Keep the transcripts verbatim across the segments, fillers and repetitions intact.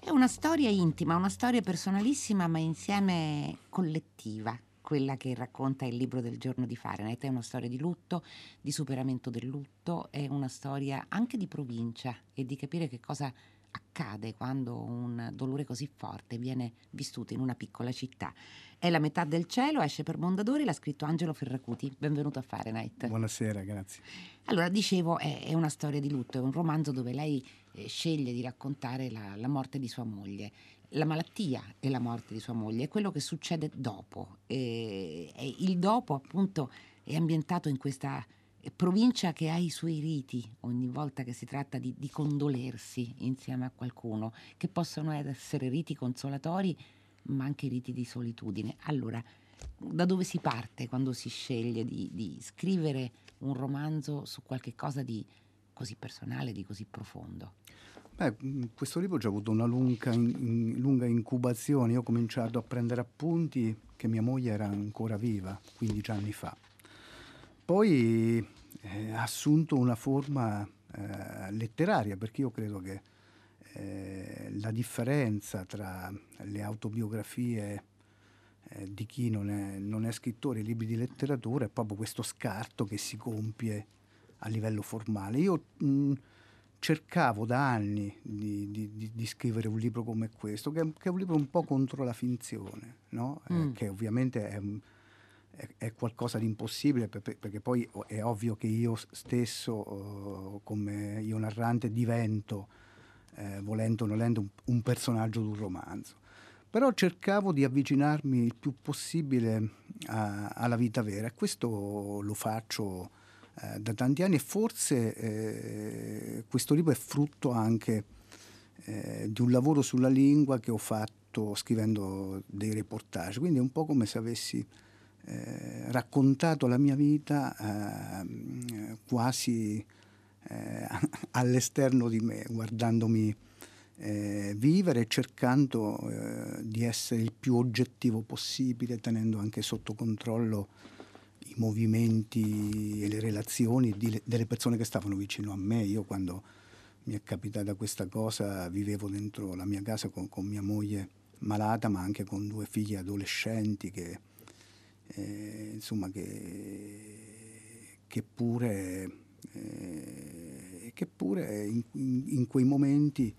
È una storia intima, una storia personalissima, ma insieme collettiva. Quella che racconta il libro del giorno di Fahrenheit è una storia di lutto, di superamento del lutto, è una storia anche di provincia e di capire che cosa accade quando un dolore così forte viene vissuto in una piccola città. È La metà del cielo, esce per Mondadori, l'ha scritto Angelo Ferracuti. Benvenuto a Fahrenheit. Buonasera, grazie. Allora, dicevo, è, è una storia di lutto, è un romanzo dove lei eh, sceglie di raccontare la, la morte di sua moglie, la malattia e la morte di sua moglie, e quello che succede dopo. E, e il dopo, appunto, è ambientato in questa provincia che ha i suoi riti ogni volta che si tratta di, di condolersi insieme a qualcuno, che possono essere riti consolatori, ma anche riti di solitudine. Allora, da dove si parte quando si sceglie di, di scrivere un romanzo su qualche cosa di così personale, di così profondo? Beh, questo libro ha già avuto una lunga, in, lunga incubazione. Io ho cominciato a prendere appunti che mia moglie era ancora viva, quindici anni fa. Poi eh, ha assunto una forma eh, letteraria, perché io credo che eh, la differenza tra le autobiografie eh, di chi non è, non è scrittore, i libri di letteratura, è proprio questo scarto che si compie a livello formale. Io mh, cercavo da anni di, di, di, di scrivere un libro come questo, che, che è un libro un po' contro la finzione, no? Mm. Eh, che ovviamente è, è, è qualcosa di impossibile, perché, perché poi è ovvio che io stesso, uh, come io narrante, divento, eh, volendo o nolendo, un, un personaggio di un romanzo. Però cercavo di avvicinarmi il più possibile a, alla vita vera, e questo lo faccio eh, da tanti anni, e forse eh, questo libro è frutto anche eh, di un lavoro sulla lingua che ho fatto scrivendo dei reportage, quindi è un po' come se avessi eh, raccontato la mia vita eh, quasi eh, all'esterno di me, guardandomi Eh, vivere, cercando eh, di essere il più oggettivo possibile, tenendo anche sotto controllo i movimenti e le relazioni di, delle persone che stavano vicino a me. Io, quando mi è capitata questa cosa, vivevo dentro la mia casa con, con mia moglie malata, ma anche con due figlie adolescenti che eh, insomma che, che pure eh, che pure in, in, in quei momenti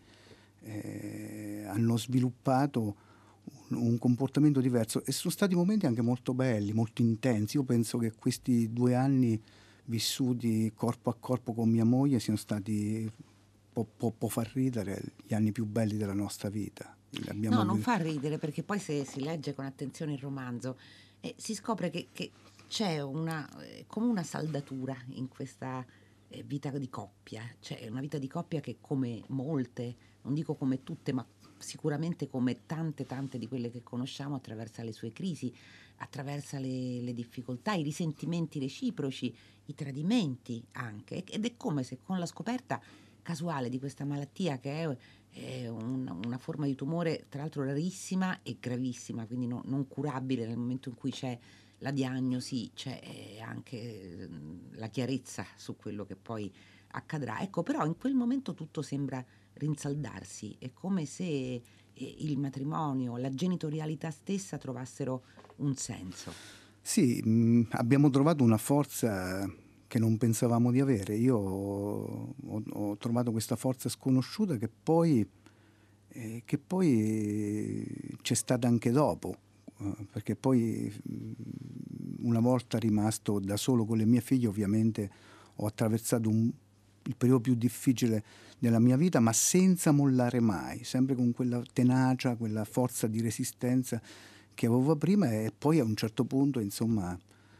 Eh, hanno sviluppato un, un comportamento diverso, e sono stati momenti anche molto belli, molto intensi. Io penso che questi due anni vissuti corpo a corpo con mia moglie siano stati, può, può, può far ridere, gli anni più belli della nostra vita. Abbiamo No, non vi- fa ridere, perché poi se si legge con attenzione il romanzo eh, si scopre che, che c'è una, eh, come una saldatura in questa eh, vita di coppia. C'è una vita di coppia che, come molte, non dico come tutte, ma sicuramente come tante tante di quelle che conosciamo, attraversa le sue crisi, attraversa le, le difficoltà, i risentimenti reciproci, i tradimenti anche, ed è come se con la scoperta casuale di questa malattia, che è, è un, una forma di tumore tra l'altro rarissima e gravissima, quindi no, non curabile, nel momento in cui c'è la diagnosi c'è anche la chiarezza su quello che poi accadrà. Ecco, però in quel momento tutto sembra rinsaldarsi, è come se il matrimonio, la genitorialità stessa trovassero un senso. Sì, mh, abbiamo trovato una forza che non pensavamo di avere. Io ho, ho- ho trovato questa forza sconosciuta che poi, eh, che poi eh, c'è stata anche dopo, eh, perché poi mh, una volta rimasto da solo con le mie figlie, ovviamente ho attraversato un- il periodo più difficile della mia vita, ma senza mollare mai, sempre con quella tenacia, quella forza di resistenza che avevo prima. E poi a un certo punto, insomma,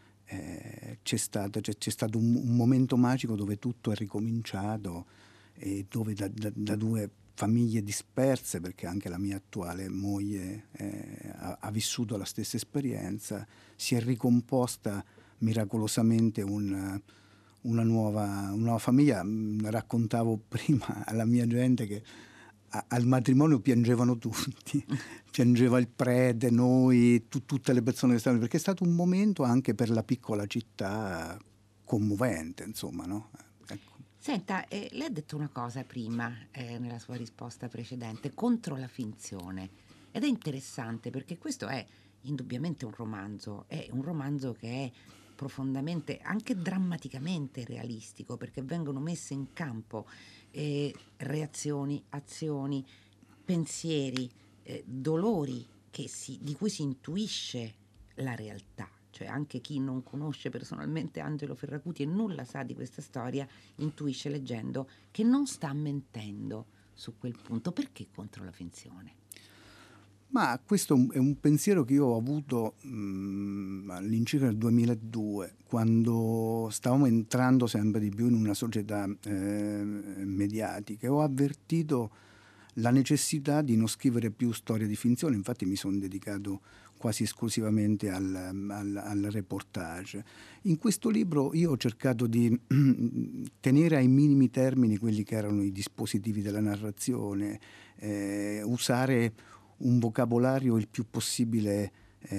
eh, c'è stato, c'è, c'è stato un, un momento magico dove tutto è ricominciato, e dove da, da, da due famiglie disperse, perché anche la mia attuale moglie eh, ha, ha vissuto la stessa esperienza, si è ricomposta miracolosamente un, una, nuova, una nuova famiglia. Raccontavo prima alla mia gente che a, al matrimonio piangevano tutti, piangeva il prete, noi, tu, tutte le persone che stavano, perché è stato un momento anche per la piccola città commovente, insomma, no? Ecco. Senta, eh, lei ha detto una cosa prima, eh, nella sua risposta precedente, contro la finzione. Ed è interessante perché questo è indubbiamente un romanzo, è un romanzo che è profondamente, anche drammaticamente realistico, perché vengono messe in campo eh, reazioni, azioni, pensieri, eh, dolori che si- di cui si intuisce la realtà. Cioè anche chi non conosce personalmente Angelo Ferracuti e nulla sa di questa storia intuisce leggendo che non sta mentendo su quel punto. Perché contro la finzione? Ma questo è un- è un pensiero che io ho avuto mh, all'incirca nel duemiladue, quando stavamo entrando sempre di più in una società eh, mediatica, e ho avvertito la necessità di non scrivere più storie di finzione. Infatti mi sono dedicato quasi esclusivamente al, al, al reportage. In questo libro io ho cercato di tenere ai minimi termini quelli che erano i dispositivi della narrazione, eh, usare un vocabolario il più possibile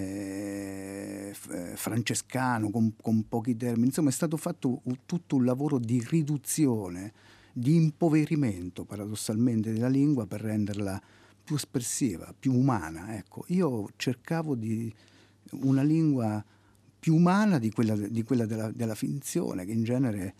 eh, francescano, con, con pochi termini. Insomma, è stato fatto un, tutto un lavoro di riduzione, di impoverimento, paradossalmente, della lingua per renderla più espressiva, più umana. Ecco, io cercavo di una lingua più umana di quella, di quella della, della finzione, che in genere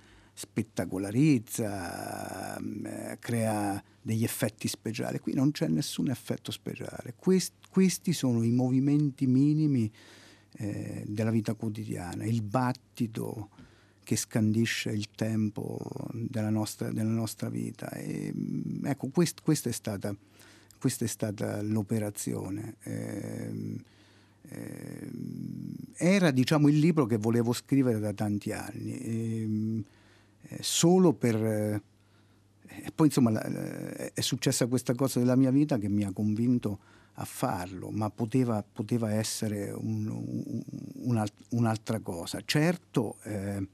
spettacolarizza, eh, crea degli effetti speciali. Qui non c'è nessun effetto speciale. Quest, questi sono i movimenti minimi eh, della vita quotidiana, il battito che scandisce il tempo della nostra, della nostra vita. E, ecco, quest, questa è stata, questa è stata l'operazione. Eh, eh, era, diciamo, il libro che volevo scrivere da tanti anni. E, eh, solo per... Eh, e poi insomma la, è successa questa cosa della mia vita che mi ha convinto a farlo, ma poteva, poteva essere un, un, un, un'altra cosa. Certo, eh,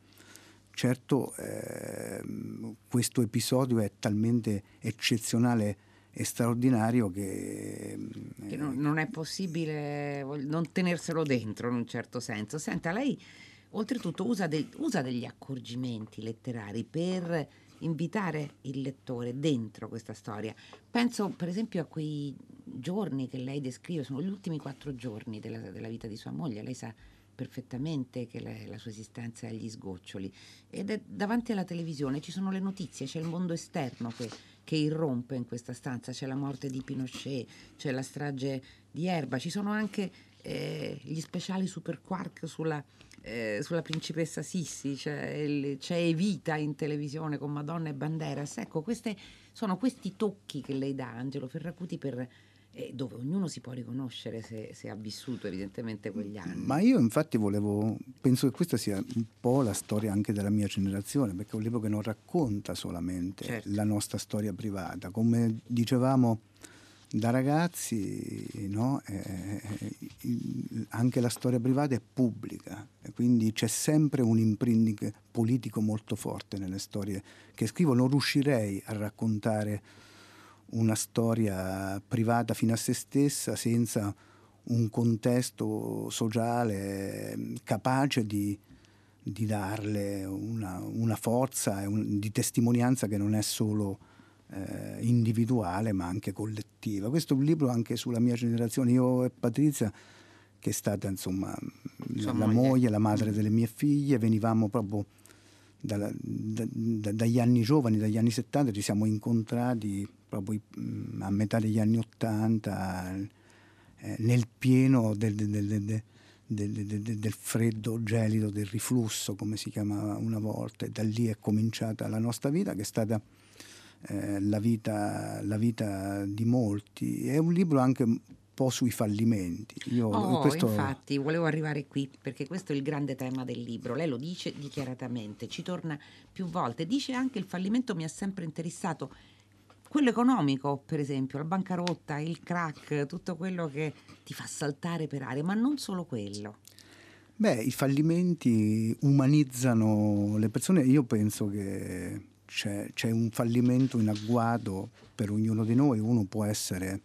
certo eh, questo episodio è talmente eccezionale e straordinario che... Che non, Eh, non è possibile non tenerselo dentro in un certo senso. Senta, lei oltretutto usa, de- usa degli accorgimenti letterari per invitare il lettore dentro questa storia. Penso per esempio a quei giorni che lei descrive, sono gli ultimi quattro giorni della, della vita di sua moglie. Lei sa perfettamente che la, la sua esistenza è agli sgoccioli ed è davanti alla televisione, ci sono le notizie, c'è il mondo esterno che, che irrompe in questa stanza, c'è la morte di Pinochet, c'è la strage di Erba, ci sono anche eh, gli speciali Super Quark sulla, eh, sulla principessa Sissi, c'è, il, c'è Evita in televisione con Madonna e Banderas. Ecco, queste, sono questi tocchi che lei dà, Angelo Ferracuti, per, eh, dove ognuno si può riconoscere se, se ha vissuto evidentemente quegli Ma anni. io infatti volevo, penso che questa sia un po' la storia anche della mia generazione, perché è un libro che non racconta solamente Certo. la nostra storia privata. Come dicevamo da ragazzi, no? Eh, il- anche la storia privata è pubblica, e quindi c'è sempre un imprinting politico molto forte nelle storie che scrivo. Non riuscirei a raccontare una storia privata fino a se stessa senza un contesto sociale eh, capace di, di darle una, una forza e un, di testimonianza che non è solo eh, individuale ma anche collettiva. Questo è un libro anche sulla mia generazione. Io e Patrizia, che è stata insomma Sua la moglie. moglie, la madre Mm. delle mie figlie, venivamo proprio dalla, da, da, dagli anni giovani, dagli anni settanta, ci siamo incontrati proprio mh, a metà degli anni ottanta, eh, nel pieno del, del, del, del del, del, del freddo gelido, del riflusso, come si chiamava una volta, e da lì è cominciata la nostra vita, che è stata eh, la, vita, la vita di molti. È un libro anche un po' sui fallimenti. Io, Oh, questo, infatti, volevo arrivare qui perché questo è il grande tema del libro. Lei lo dice dichiaratamente, ci torna più volte. Dice anche il fallimento mi ha sempre interessato. Quello economico, per esempio, la bancarotta, il crack, tutto quello che ti fa saltare per aria, ma non solo quello. beh, i fallimenti umanizzano le persone. Io penso che c'è, c'è un fallimento in agguato per ognuno di noi. Uno può essere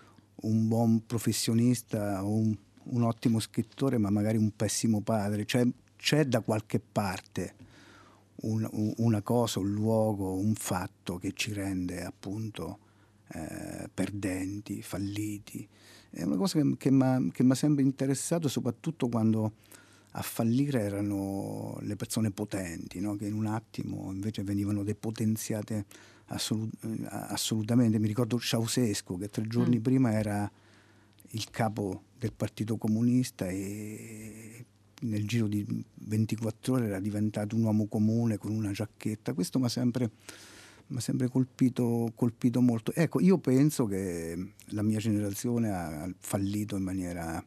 un buon professionista o un, un ottimo scrittore, ma magari un pessimo padre. C'è, c'è da qualche parte un, un, una cosa, un luogo, un fatto che ci rende appunto eh, perdenti, falliti. È una cosa che, che mi ha sempre interessato, soprattutto quando a fallire erano le persone potenti, no? Che in un attimo invece venivano depotenziate assolut- assolutamente. Mi ricordo Ceausescu, che tre giorni mm. prima era il capo del Partito Comunista e nel giro di ventiquattro ore era diventato un uomo comune con una giacchetta. Questo mi ha sempre, m'ha sempre colpito, colpito molto. Ecco, io penso che la mia generazione ha fallito in maniera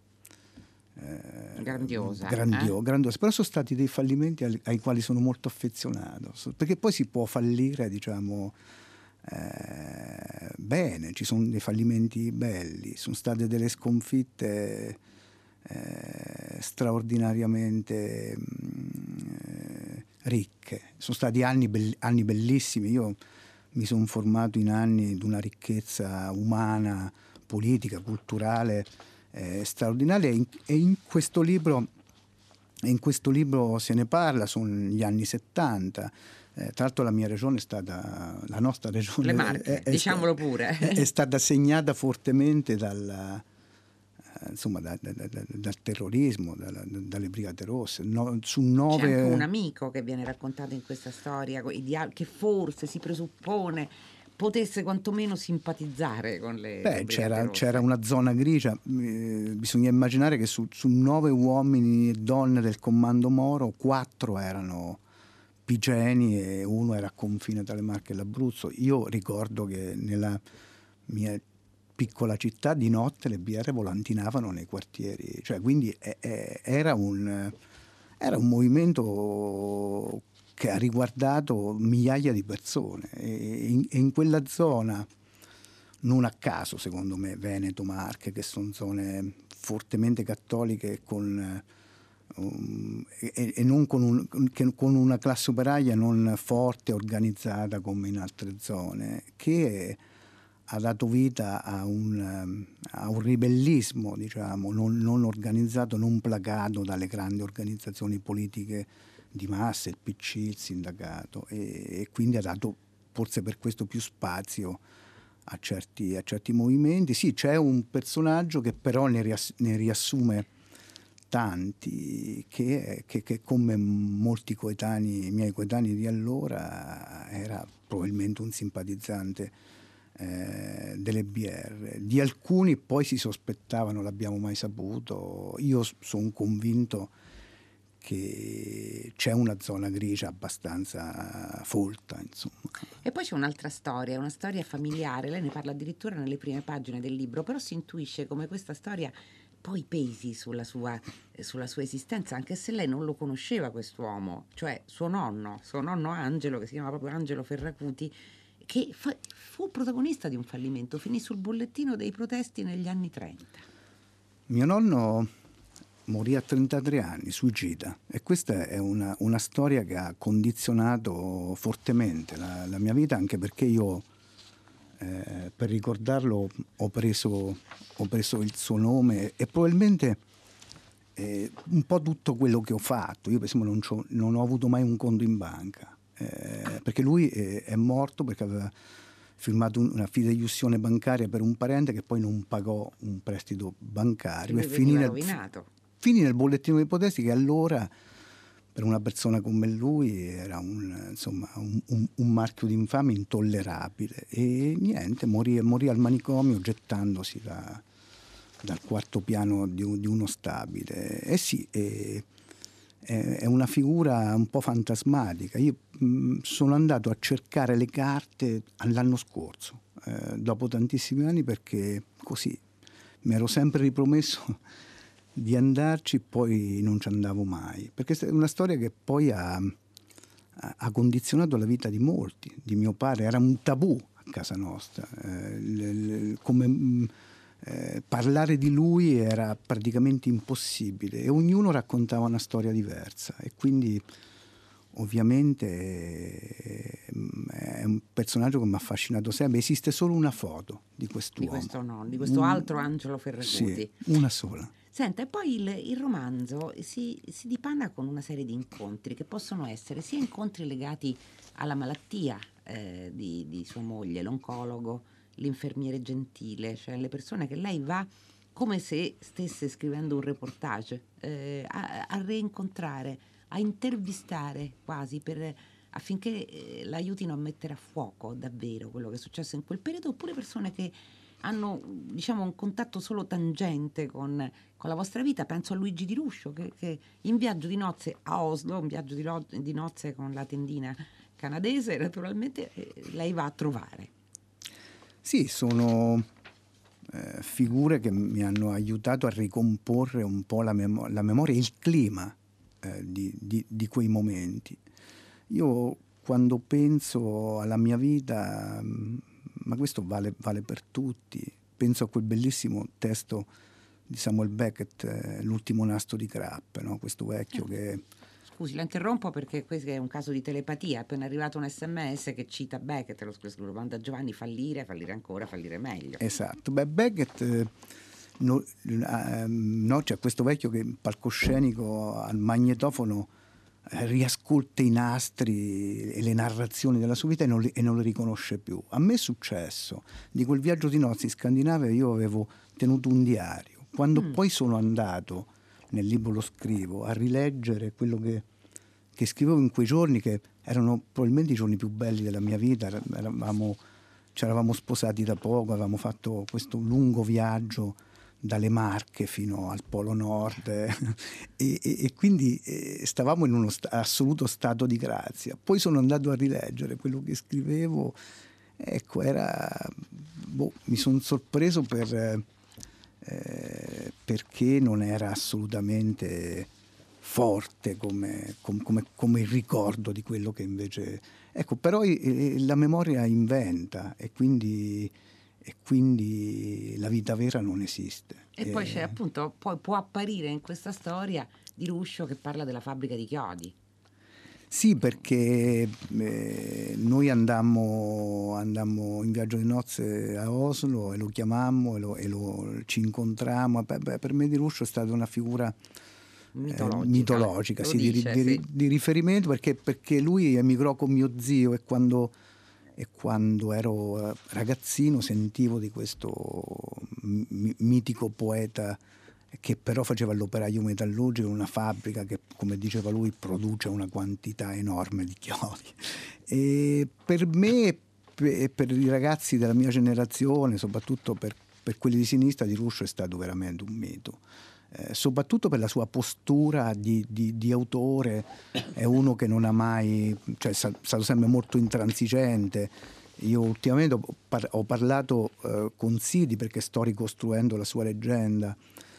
eh, grandiosa, grandio, eh? grandiosa, però sono stati dei fallimenti ai, ai quali sono molto affezionato, perché poi si può fallire, diciamo, eh, bene, ci sono dei fallimenti belli, sono state delle sconfitte eh, straordinariamente eh, ricche, sono stati anni, be- anni bellissimi. Io mi sono formato in anni di una ricchezza umana, politica, culturale eh, straordinaria, e in, e in questo libro in questo libro se ne parla, sono gli anni settanta. Eh, tra l'altro la mia regione è stata, la nostra regione Le Marche, è, è, diciamolo pure, è, è stata segnata fortemente dal, eh, insomma, da, da, da, dal terrorismo, da, dalle Brigate Rosse. No, su nove... C'è anche un amico che viene raccontato in questa storia, che forse si presuppone potesse quantomeno simpatizzare con le, Beh, le c'era, Rosse. c'era una zona grigia. Eh, bisogna immaginare che su, su nove uomini e donne del comando Moro, quattro erano pigeni e uno era a confine tra le Marche e l'Abruzzo. Io ricordo che nella mia piccola città di notte le B R volantinavano nei quartieri, cioè, quindi è, è, era, un, era un movimento che ha riguardato migliaia di persone e in, e in quella zona, non a caso secondo me, Veneto, Marche, che sono zone fortemente cattoliche con, um, e, e non con, un, che, con una classe operaia non forte, organizzata come in altre zone, che ha dato vita a un, a un ribellismo, diciamo, non, non organizzato, non placato dalle grandi organizzazioni politiche di massa, il P C, il sindacato, e, e quindi ha dato forse per questo più spazio a certi, a certi movimenti. Sì, c'è un personaggio che però ne, riass- ne riassume tanti, che, che, che come molti coetanei, miei coetanei di allora, era probabilmente un simpatizzante eh, delle B R. Di alcuni poi si sospettavano, l'abbiamo mai saputo. Io sono convinto che c'è una zona grigia abbastanza folta, insomma. E poi c'è un'altra storia, una storia familiare, lei ne parla addirittura nelle prime pagine del libro, però si intuisce come questa storia poi pesi sulla sua, sulla sua esistenza, anche se lei non lo conosceva quest'uomo, cioè suo nonno, suo nonno Angelo, che si chiama proprio Angelo Ferracuti, che fa, fu protagonista di un fallimento, finì sul bollettino dei protesti negli anni trenta. Mio nonno morì a trentatré anni, suicida, e questa è una, una storia che ha condizionato fortemente la, la mia vita, anche perché io eh, per ricordarlo ho preso, ho preso il suo nome e probabilmente eh, un po' tutto quello che ho fatto. Io per esempio non, non ho avuto mai un conto in banca, eh, perché lui è, è morto perché aveva firmato una fideiussione bancaria per un parente che poi non pagò un prestito bancario e finì nel, rovinato. finì nel bollettino dei protesti, che allora per una persona come lui era un, insomma, un, un, un marchio di infamia intollerabile, e niente, morì, morì al manicomio gettandosi da, dal quarto piano di, di uno stabile. E sì, è, è una figura un po' fantasmatica. Io mh, sono andato a cercare le carte l'anno scorso, eh, dopo tantissimi anni, perché così mi ero sempre ripromesso di andarci, poi non ci andavo mai, perché è una storia che poi ha, ha condizionato la vita di molti. Di mio padre era un tabù a casa nostra, eh, le, le, come eh, parlare di lui era praticamente impossibile, e ognuno raccontava una storia diversa, e quindi ovviamente eh, è un personaggio che mi ha affascinato sempre. Esiste solo una foto di quest'uomo. Di questo no, di questo Un- altro Angelo Ferraguti. Sì, una sola. Senta, e poi il, il romanzo si, si dipana con una serie di incontri che possono essere sia incontri legati alla malattia eh, di, di sua moglie, l'oncologo, l'infermiere gentile, cioè le persone che lei va come se stesse scrivendo un reportage eh, a, a reincontrare, a intervistare quasi per, affinché eh, l'aiutino a mettere a fuoco davvero quello che è successo in quel periodo, oppure persone che hanno, diciamo, un contatto solo tangente con, con la vostra vita. Penso a Luigi Di Ruscio che, che in viaggio di nozze a Oslo, un viaggio di, lo- di nozze con la tendina canadese, naturalmente eh, lei va a trovare. Sì, sono eh, figure che mi hanno aiutato a ricomporre un po' la, memo- la memoria e il clima eh, di, di- di quei momenti. Io quando penso alla mia vita, mh, ma questo vale, vale per tutti, penso a quel bellissimo testo di Samuel Beckett, eh, L'ultimo nastro di Krapp, no? Questo vecchio che... Scusi, la interrompo perché questo è un caso di telepatia. È appena arrivato un sms che cita Beckett, lo scrive manda Giovanni, fallire, fallire ancora, fallire meglio. Esatto, beh, Beckett, eh, no, ehm, no, c'è questo vecchio che in palcoscenico al magnetofono eh, riascolta i nastri e le narrazioni della sua vita e non, li, e non le riconosce più. A me è successo, di quel viaggio di nozze in Scandinavia io avevo tenuto un diario. Quando Mm. poi sono andato, nel libro lo scrivo, a rileggere quello che, che scrivevo in quei giorni, che erano probabilmente i giorni più belli della mia vita, eravamo... ci eravamo sposati da poco, avevamo fatto questo lungo viaggio dalle Marche fino al Polo Nord e, e, e quindi eh, stavamo in uno sta- assoluto stato di grazia. Poi sono andato a rileggere quello che scrivevo, ecco, era... boh, mi sono sorpreso per, eh, perché non era assolutamente forte come, com- come- come il ricordo di quello che invece... Ecco, però eh, la memoria inventa e quindi, e quindi la vita vera non esiste. E poi c'è Eh, appunto, poi può apparire in questa storia Di Ruscio che parla della fabbrica di chiodi. sì, perché eh, noi andammo, andammo in viaggio di nozze a Oslo e lo chiamammo e, lo, e lo- ci incontrammo. Beh, beh, per me Di Ruscio è stata una figura eh, Mitologica, mitologica, lo sì, di, ri- dice, di ri- sì. di riferimento, perché, perché lui emigrò con mio zio e quando, e quando ero eh, ragazzino sentivo di questo mi- mitico poeta che però faceva l'operaio metallurgico in una fabbrica che, come diceva lui, produce una quantità enorme di chiodi. E per me e per i ragazzi della mia generazione, soprattutto per, per quelli di sinistra, Di Ruscio è stato veramente un mito. Eh, soprattutto per la sua postura di, di, di autore, è uno che non ha mai, cioè è stato sempre molto intransigente. Io ultimamente ho, par- ho parlato eh, con Sidi perché sto ricostruendo la sua leggenda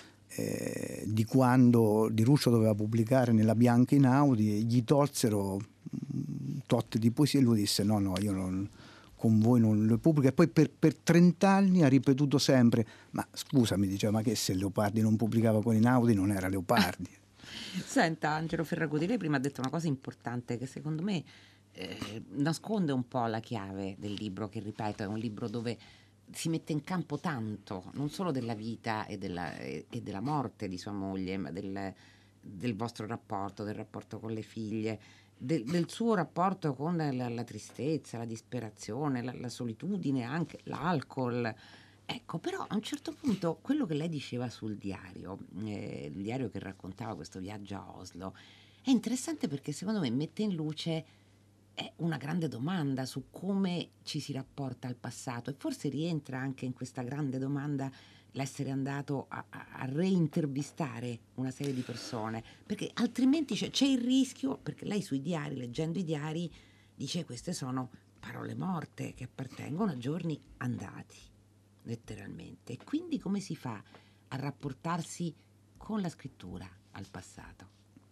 eh, di quando Di Ruscio doveva pubblicare nella Bianca Inaudi, gli tolsero un tot di poesie e lui disse no no io non, con voi non le pubblico, e poi per, per trent'anni ha ripetuto sempre ma scusa, mi diceva, ma che se Leopardi non pubblicava con Inaudi non era Leopardi. Senta, Angelo Ferraguti, lei prima ha detto una cosa importante che secondo me eh, nasconde un po' la chiave del libro, che ripeto è un libro dove si mette in campo tanto, non solo della vita e della, e, e della morte di sua moglie, ma del, del vostro rapporto, del rapporto con le figlie, del, del suo rapporto con la, la tristezza, la disperazione, la, la solitudine, anche l'alcol. Ecco, però a un certo punto quello che lei diceva sul diario, eh, il diario che raccontava questo viaggio a Oslo, è interessante perché secondo me mette in luce eh, una grande domanda su come ci si rapporta al passato e forse rientra anche in questa grande domanda l'essere andato a, a, a reintervistare una serie di persone, perché altrimenti c'è, c'è il rischio, perché lei sui diari, leggendo i diari, dice queste sono parole morte che appartengono a giorni andati letteralmente. E quindi come si fa a rapportarsi con la scrittura al passato?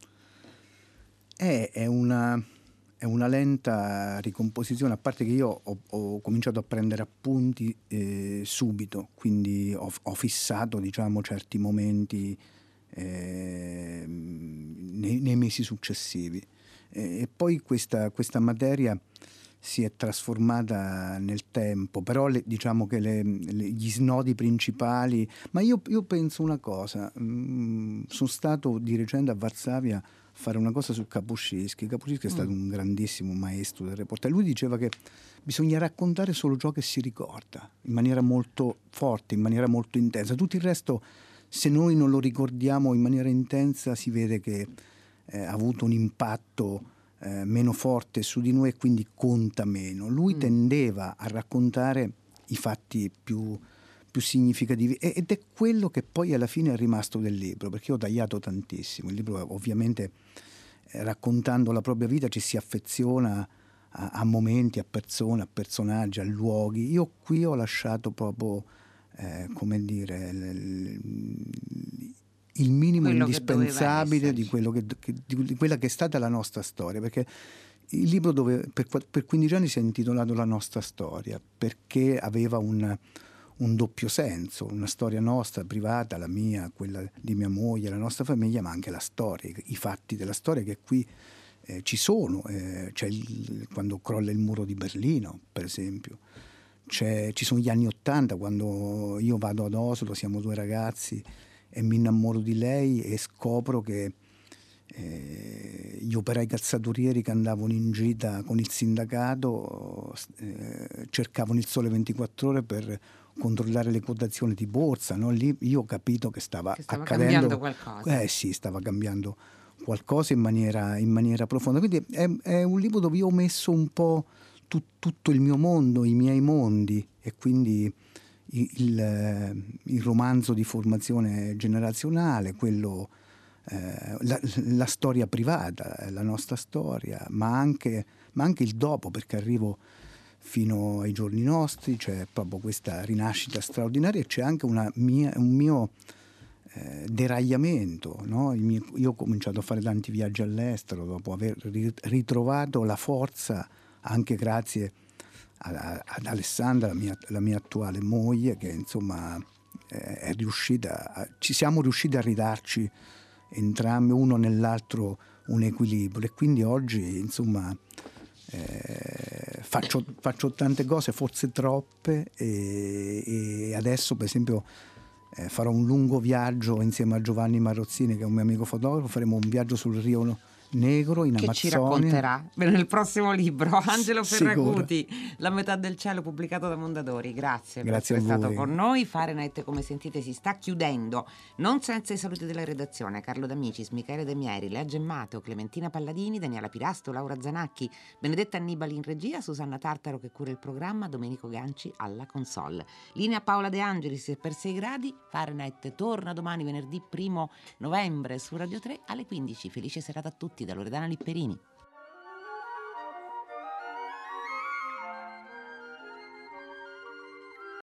È, è una, è una lenta ricomposizione, a parte che io ho, ho cominciato a prendere appunti eh, subito, quindi ho, ho fissato diciamo certi momenti eh, nei, nei mesi successivi. E, e poi questa, questa materia si è trasformata nel tempo, però le, diciamo che le, le, gli snodi principali, ma io, io penso una cosa, mh, sono stato di recente a Varsavia a fare una cosa su Kapuscinski. Kapuscinski è stato Mm. un grandissimo maestro del reportage. Lui diceva che bisogna raccontare solo ciò che si ricorda, in maniera molto forte, in maniera molto intensa. Tutto il resto, se noi non lo ricordiamo in maniera intensa, si vede che eh, ha avuto un impatto Eh, meno forte su di noi e quindi conta meno. Lui mm. tendeva a raccontare i fatti più, più significativi ed è quello che poi alla fine è rimasto del libro, perché io ho tagliato tantissimo. Il libro ovviamente eh, raccontando la propria vita ci si affeziona a, a momenti, a persone, a personaggi, a luoghi. Io qui ho lasciato proprio eh, come dire l, l, il minimo quello indispensabile di, quello che, che, di quella che è stata la nostra storia, perché il libro dove per, per quindici anni si è intitolato La nostra storia, perché aveva un, un doppio senso, una storia nostra, privata, la mia, quella di mia moglie, la nostra famiglia, ma anche la storia, i fatti della storia che qui eh, ci sono, eh, c'è il, quando crolla il muro di Berlino, per esempio. C'è, ci sono gli anni Ottanta, quando io vado ad Oslo, siamo due ragazzi, e mi innamoro di lei e scopro che eh, gli operai calzaturieri che andavano in gita con il sindacato eh, cercavano il Sole ventiquattro Ore per controllare le quotazioni di borsa, no? Lì io ho capito che stava, che stava accadendo cambiando qualcosa. Eh sì, stava cambiando qualcosa in maniera, in maniera profonda. Quindi è, è un libro dove io ho messo un po' tu, tutto il mio mondo, i miei mondi, e quindi Il, il romanzo di formazione generazionale, quello, eh, la, la storia privata, la nostra storia, ma anche, ma anche il dopo, perché arrivo fino ai giorni nostri, c'è proprio questa rinascita straordinaria e c'è anche una mia, un mio eh, deragliamento, no? Il mio, io ho cominciato a fare tanti viaggi all'estero dopo aver ritrovato la forza, anche grazie ad Alessandra, la mia, la mia attuale moglie, che insomma è riuscita a, ci siamo riusciti a ridarci entrambi uno nell'altro un equilibrio, e quindi oggi insomma eh, faccio, faccio tante cose, forse troppe, e, e adesso per esempio eh, farò un lungo viaggio insieme a Giovanni Marrozzini, che è un mio amico fotografo, faremo un viaggio sul Rio Negro in che Amazzonia. Ci racconterà nel prossimo libro. Angelo Ferraguti, La metà del cielo, pubblicato da Mondadori. Grazie, Grazie per essere a voi. stato con noi. Fahrenheit, come sentite, si sta chiudendo, non senza i saluti della redazione: Carlo D'Amicis, Michele De Mieri, Lea Gemmato, Clementina Palladini, Daniela Pirasto, Laura Zanacchi, Benedetta Annibali in regia, Susanna Tartaro che cura il programma, Domenico Ganci alla console. Linea Paola De Angelis per sei gradi. Fahrenheit torna domani venerdì primo novembre su Radio tre alle quindici. Felice serata a tutti da Loredana Lipperini.